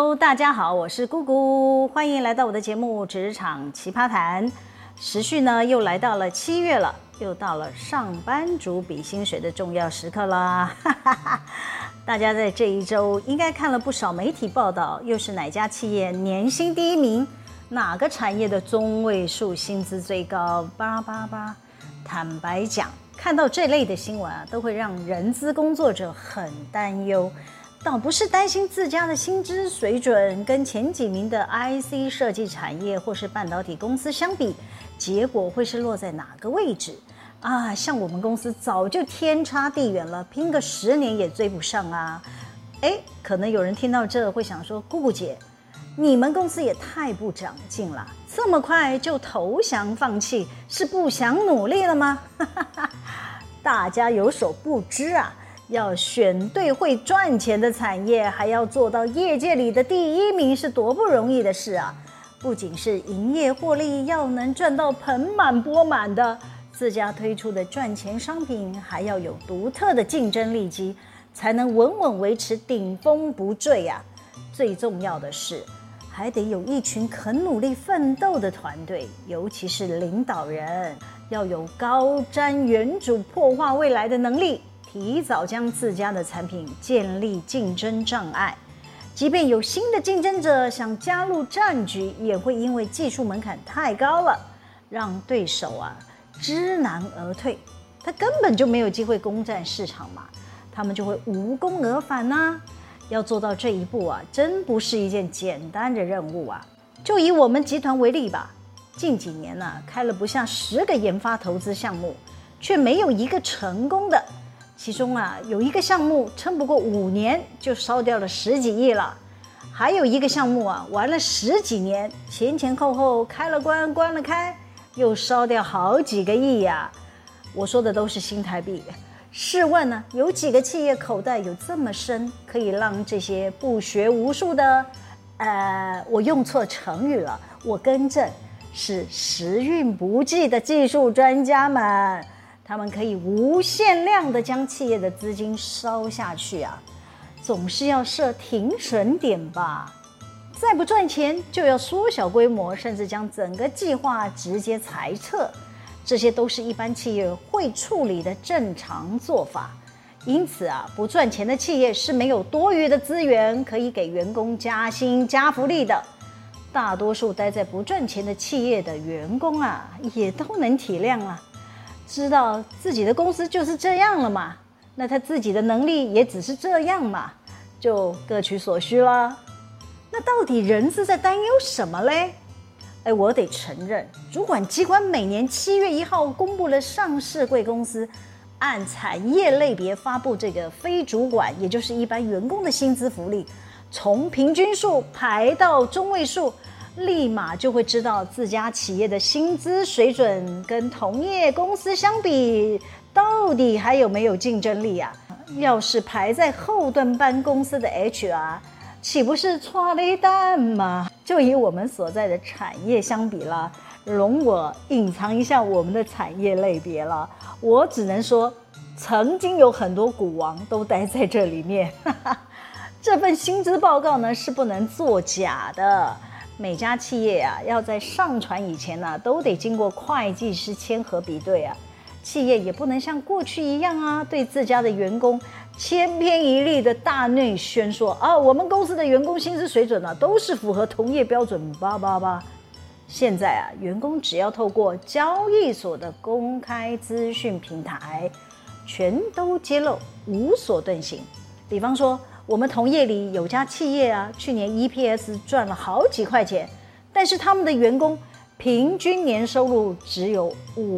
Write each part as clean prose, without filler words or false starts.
Hello， 大家好，我是姑姑，欢迎来到我的节目《职场奇葩谈》。时序呢，又来到了7月了，又到了上班族比薪水的重要时刻啦。大家在这一周应该看了不少媒体报道，又是哪家企业年薪第一名，哪个产业的中位数薪资最高，巴巴巴。坦白讲，看到这类的新闻啊，都会让人资工作者很担忧。倒不是担心自家的薪资水准跟前几名的 IC 设计产业或是半导体公司相比，结果会是落在哪个位置啊？像我们公司早就天差地远了，拼个10年也追不上啊！可能有人听到这会想说，姑姑姐，你们公司也太不长进了，这么快就投降放弃，是不想努力了吗？大家有所不知啊，要选对会赚钱的产业，还要做到业界里的第1名，是多不容易的事啊！不仅是营业获利要能赚到盆满钵满的，自家推出的赚钱商品还要有独特的竞争力基，才能稳稳维持顶峰不坠啊！最重要的是，还得有一群肯努力奋斗的团队，尤其是领导人，要有高瞻远瞩、破坏未来的能力，提早将自家的产品建立竞争障碍。即便有新的竞争者想加入战局，也会因为技术门槛太高了，让对手知难而退，他根本就没有机会攻占市场嘛，他们就会无功而返啊。要做到这一步真不是一件简单的任务啊。就以我们集团为例吧，近几年开了不下10个研发投资项目，却没有一个成功的。其中有一个项目撑不过5年就烧掉了10几亿了，还有一个项目玩了10几年，前后后开了关关了开，又烧掉好几个亿呀。我说的都是新台币。试问有几个企业口袋有这么深，可以让这些不学无术的我用错成语了，我更正，是时运不济的技术专家们，他们可以无限量的将企业的资金烧下去啊，总是要设停损点吧？再不赚钱就要缩小规模，甚至将整个计划直接裁撤，这些都是一般企业会处理的正常做法。因此不赚钱的企业是没有多余的资源可以给员工加薪加福利的。大多数待在不赚钱的企业的员工也都能体谅知道自己的公司就是这样了嘛，那他自己的能力也只是这样嘛，就各取所需啦。那到底人资在担忧什么嘞？我得承认，主管机关每年7月1号公布了上市贵公司按产业类别发布这个非主管，也就是一般员工的薪资福利，从平均数排到中位数，立马就会知道自家企业的薪资水准跟同业公司相比，到底还有没有竞争力啊？要是排在后段班公司的 HR， 岂不是错了一蛋吗？就以我们所在的产业相比啦，容我隐藏一下我们的产业类别了。我只能说，曾经有很多股王都待在这里面。这份薪资报告呢是不能作假的，每家企业要在上传以前都得经过会计师签核比对企业也不能像过去一样对自家的员工千篇一律的大内宣说我们公司的员工薪资水准都是符合同业标准吧吧吧。现在员工只要透过交易所的公开资讯平台，全都揭露，无所遁形。比方说，我们同业里有家企业去年 EPS 赚了好几块钱，但是他们的员工平均年收入只有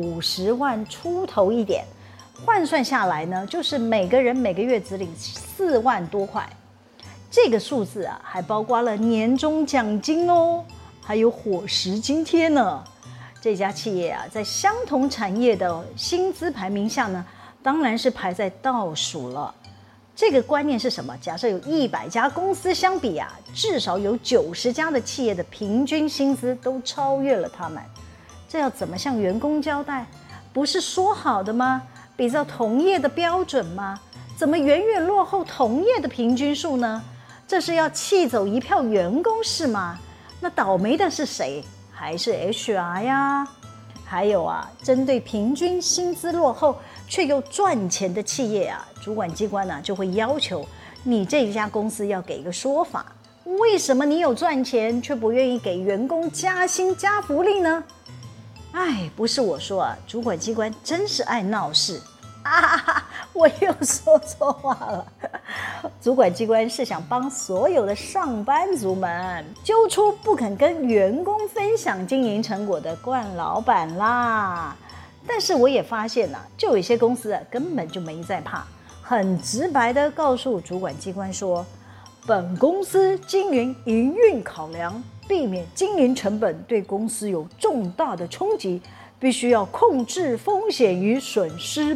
50万出头一点，换算下来呢，就是每个人每个月只领4万多块。这个数字还包括了年终奖金哦，还有伙食津贴呢。这家企业在相同产业的薪资排名下呢，当然是排在倒数了。这个观念是什么？假设有100家公司相比至少有90家的企业的平均薪资都超越了他们。这要怎么向员工交代？不是说好的吗？比照同业的标准吗？怎么远远落后同业的平均数呢？ 这是要气走一票员工是吗？那倒霉的是谁？还是 HR 呀？还有啊，针对平均薪资落后却又赚钱的企业啊，主管机关就会要求你这一家公司要给一个说法，为什么你有赚钱却不愿意给员工加薪加福利呢？哎，不是我说啊，主管机关真是爱闹事啊！我又说错话了。主管机关是想帮所有的上班族们揪出不肯跟员工分享经营成果的惯老板啦。但是我也发现就有一些公司根本就没在怕，很直白的告诉主管机关说，本公司经营营运考量，避免经营成本对公司有重大的冲击，必须要控制风险与损失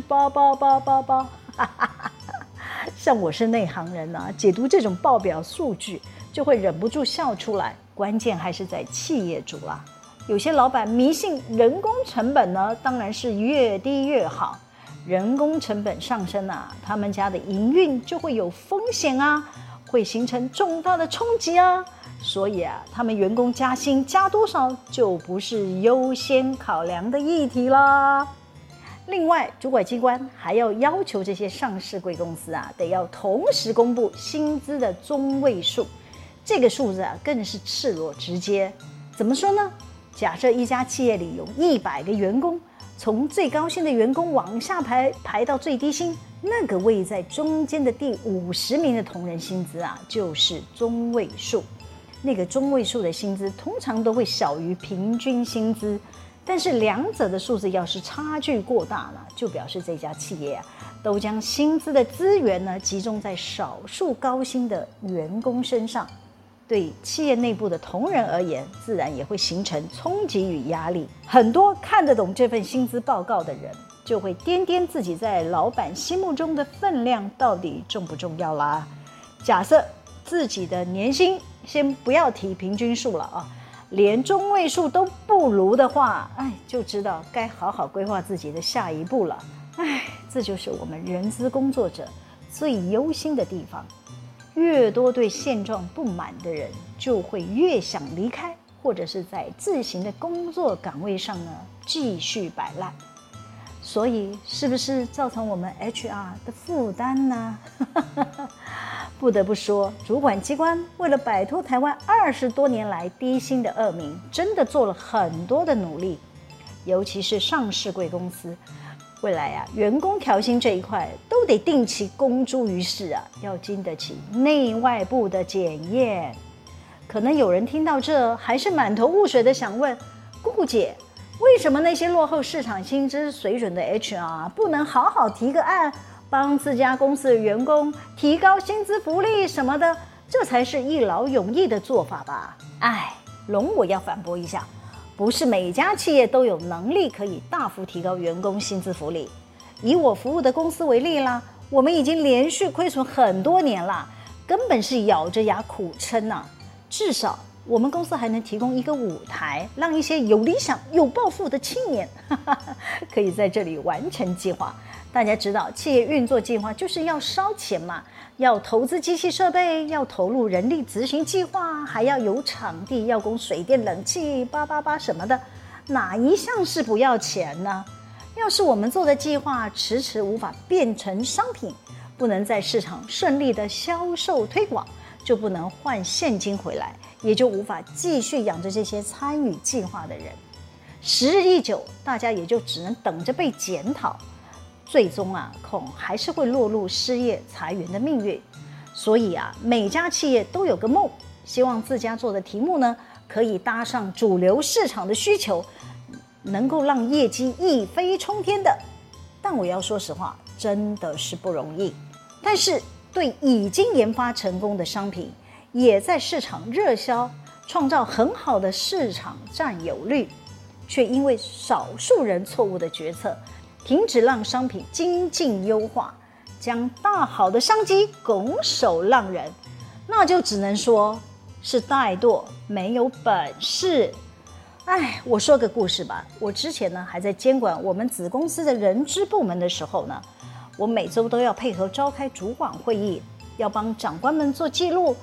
88888。像我是内行人解读这种报表数据就会忍不住笑出来。关键还是在企业主啦。有些老板迷信人工成本当然是越低越好。人工成本上升他们家的营运就会有风险会形成重大的冲击所以他们员工加薪加多少就不是优先考量的议题啦。另外，主管机关还要求这些上市贵公司得要同时公布薪资的中位数，这个数字更是赤裸直接。怎么说呢？假设一家企业里有100个员工，从最高薪的员工往下排到最低薪，那个位在中间的第50名的同仁薪资就是中位数。那个中位数的薪资通常都会小于平均薪资，但是两者的数字要是差距过大了，就表示这家企业都将薪资的资源集中在少数高薪的员工身上。对企业内部的同仁而言，自然也会形成冲击与压力。很多看得懂这份薪资报告的人，就会掂掂自己在老板心目中的分量到底重不重要啦。假设自己的年薪，先不要提平均数了连中位数都不如的话，就知道该好好规划自己的下一步了。这就是我们人资工作者最忧心的地方。越多对现状不满的人，就会越想离开，或者是在自行的工作岗位上继续摆烂。所以是不是造成我们 HR 的负担呢？不得不说，主管机关为了摆脱台湾20多年来低薪的恶名，真的做了很多的努力。尤其是上市贵公司，未来员工调薪这一块都得定期公诸于世要经得起内外部的检验。可能有人听到这还是满头雾水的想问，顾姐，为什么那些落后市场薪资水准的 HR 不能好好提个案，帮自家公司的员工提高薪资福利什么的，这才是一劳永逸的做法吧？龙我要反驳一下，不是每家企业都有能力可以大幅提高员工薪资福利。以我服务的公司为例啦，我们已经连续亏损很多年了，根本是咬着牙苦撑至少我们公司还能提供一个舞台，让一些有理想有抱负的青年可以在这里完成计划。大家知道企业运作计划就是要烧钱嘛，要投资机器设备，要投入人力执行计划，还要有场地，要供水电冷气888什么的，哪一项是不要钱呢？要是我们做的计划迟迟无法变成商品，不能在市场顺利的销售推广，就不能换现金回来，也就无法继续养着这些参与计划的人。时日一久，大家也就只能等着被检讨，最终恐还是会落入失业裁员的命运。所以每家企业都有个梦，希望自家做的题目呢，可以搭上主流市场的需求，能够让业绩一飞冲天的。但我要说实话，真的是不容易。但是对已经研发成功的商品，也在市场热销，创造很好的市场占有率，却因为少数人错误的决策，停止让商品精进优化，将大好的商机拱手让人，那就只能说是怠惰，没有本事。我说个故事吧。我之前呢还在监管我们子公司的人资部门的时候呢，我每周都要配合召开主管会议，要帮长官们做记录，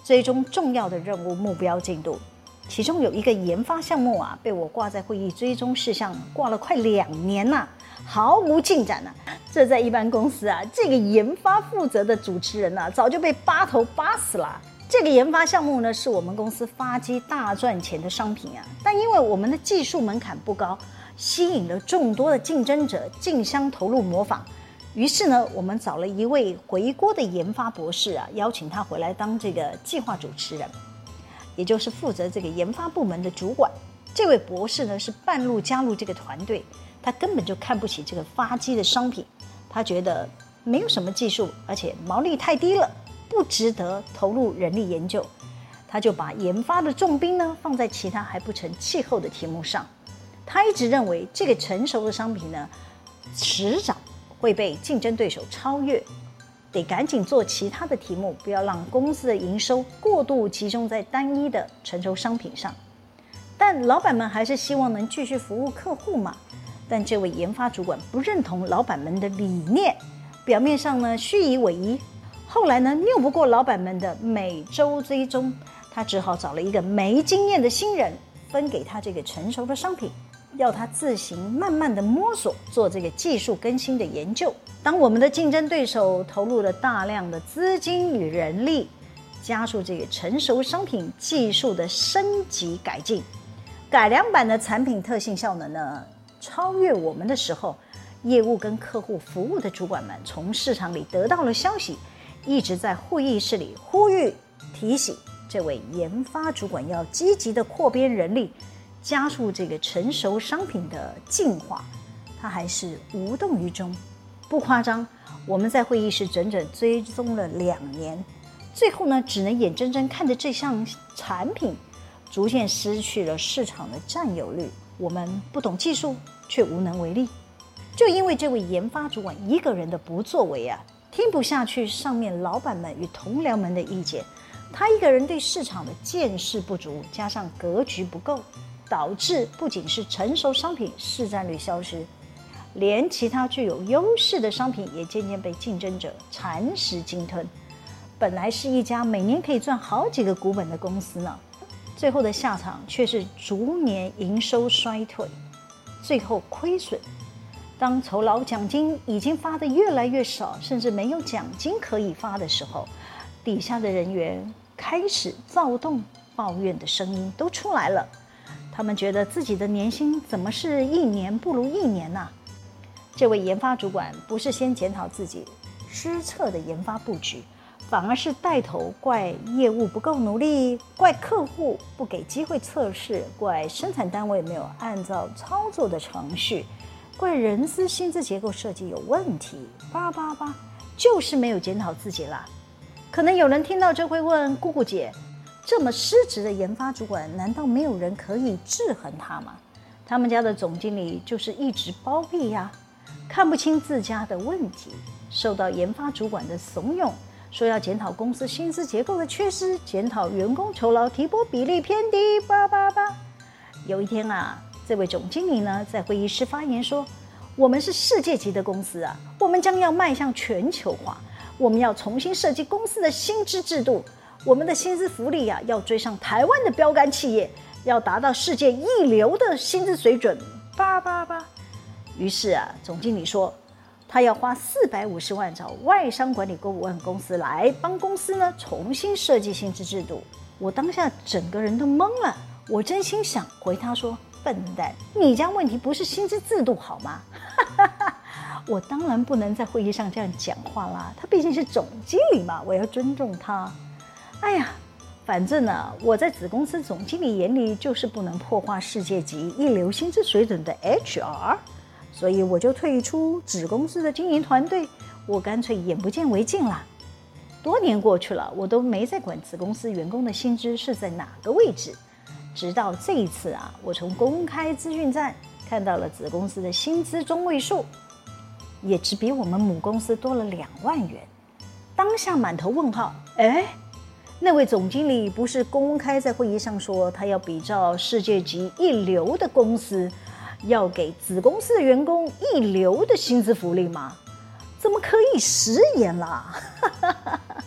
追踪重要的任务目标进度。其中有一个研发项目啊，被我挂在会议追踪事项，挂了快2年了，毫无进展啊。这在一般公司啊，这个研发负责的主持人啊，早就被扒头扒死了。这个研发项目呢，是我们公司发机大赚钱的商品啊，但因为我们的技术门槛不高，吸引了众多的竞争者竞相投入模仿。于是呢，我们找了一位回国的研发博士啊，邀请他回来当这个计划主持人，也就是负责这个研发部门的主管。这位博士呢，是半路加入这个团队，他根本就看不起这个发机的商品，他觉得没有什么技术，而且毛利太低了，不值得投入人力研究。他就把研发的重兵呢放在其他还不成气候的题目上。他一直认为这个成熟的商品呢，迟早会被竞争对手超越，得赶紧做其他的题目，不要让公司的营收过度集中在单一的成熟商品上。但老板们还是希望能继续服务客户嘛。但这位研发主管不认同老板们的理念，表面上呢虚以委蛇，后来呢拗不过老板们的每周追踪，他只好找了一个没经验的新人，分给他这个成熟的商品，要他自行慢慢的摸索，做这个技术更新的研究。当我们的竞争对手投入了大量的资金与人力，加速这个成熟商品技术的升级改进，改良版的产品特性效能呢超越我们的时候，业务跟客户服务的主管们从市场里得到了消息，一直在会议室里呼吁提醒这位研发主管要积极的扩编人力，加速这个成熟商品的进化。他还是无动于衷。不夸张，我们在会议室整整追踪了2年，最后呢，只能眼睁睁看着这项产品逐渐失去了市场的占有率。我们不懂技术，却无能为力。就因为这位研发主管一个人的不作为啊，听不下去上面老板们与同僚们的意见，他一个人对市场的见识不足，加上格局不够，导致不仅是成熟商品市占率消失，连其他具有优势的商品也渐渐被竞争者蚕食鲸吞。本来是一家每年可以赚好几个股本的公司呢，最后的下场却是逐年营收衰退，最后亏损。当酬劳奖金已经发得越来越少，甚至没有奖金可以发的时候，底下的人员开始躁动，抱怨的声音都出来了。他们觉得自己的年薪怎么是1年不如1年啊？这位研发主管不是先检讨自己失策的研发布局，反而是带头怪业务不够努力，怪客户不给机会测试，怪生产单位没有按照操作的程序，怪人资薪资结构设计有问题，就是没有检讨自己啦。可能有人听到这会问，姑姑姐，这么失职的研发主管，难道没有人可以制衡他吗？他们家的总经理就是一直包庇呀，看不清自家的问题，受到研发主管的怂恿，说要检讨公司薪资结构的缺失，检讨员工酬劳提拨比例偏低，有一天啊，这位总经理呢在会议室发言说，我们是世界级的公司啊，我们将要迈向全球化，我们要重新设计公司的薪资制度，我们的薪资福利啊要追上台湾的标杆企业，要达到世界一流的薪资水准，于是啊，总经理说他要花450万找外商管理顾问公司来帮公司呢重新设计薪资制度。我当下整个人都懵了，我真心想回他说，笨蛋，你家问题不是薪资制度好吗？我当然不能在会议上这样讲话啦，他毕竟是总经理嘛，我要尊重他。哎呀，反正呢，我在子公司总经理眼里就是不能破坏世界级一流薪资水准的 HR， 所以我就退出子公司的经营团队，我干脆眼不见为净啦。多年过去了，我都没再管子公司员工的薪资是在哪个位置，直到这一次啊，我从公开资讯站看到了子公司的薪资中位数，也只比我们母公司多了2万元。当下满头问号，那位总经理不是公开在会议上说他要比照世界级一流的公司，要给子公司的员工一流的薪资福利吗？怎么可以食言啦？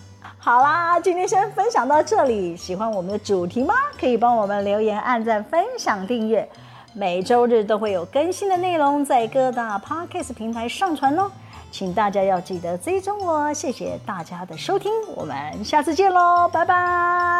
好啦，今天先分享到这里。喜欢我们的主题吗？可以帮我们留言、按赞、分享、订阅。每周日都会有更新的内容在各大 Podcast 平台上传哦，请大家要记得追踪我。谢谢大家的收听，我们下次见喽，拜拜。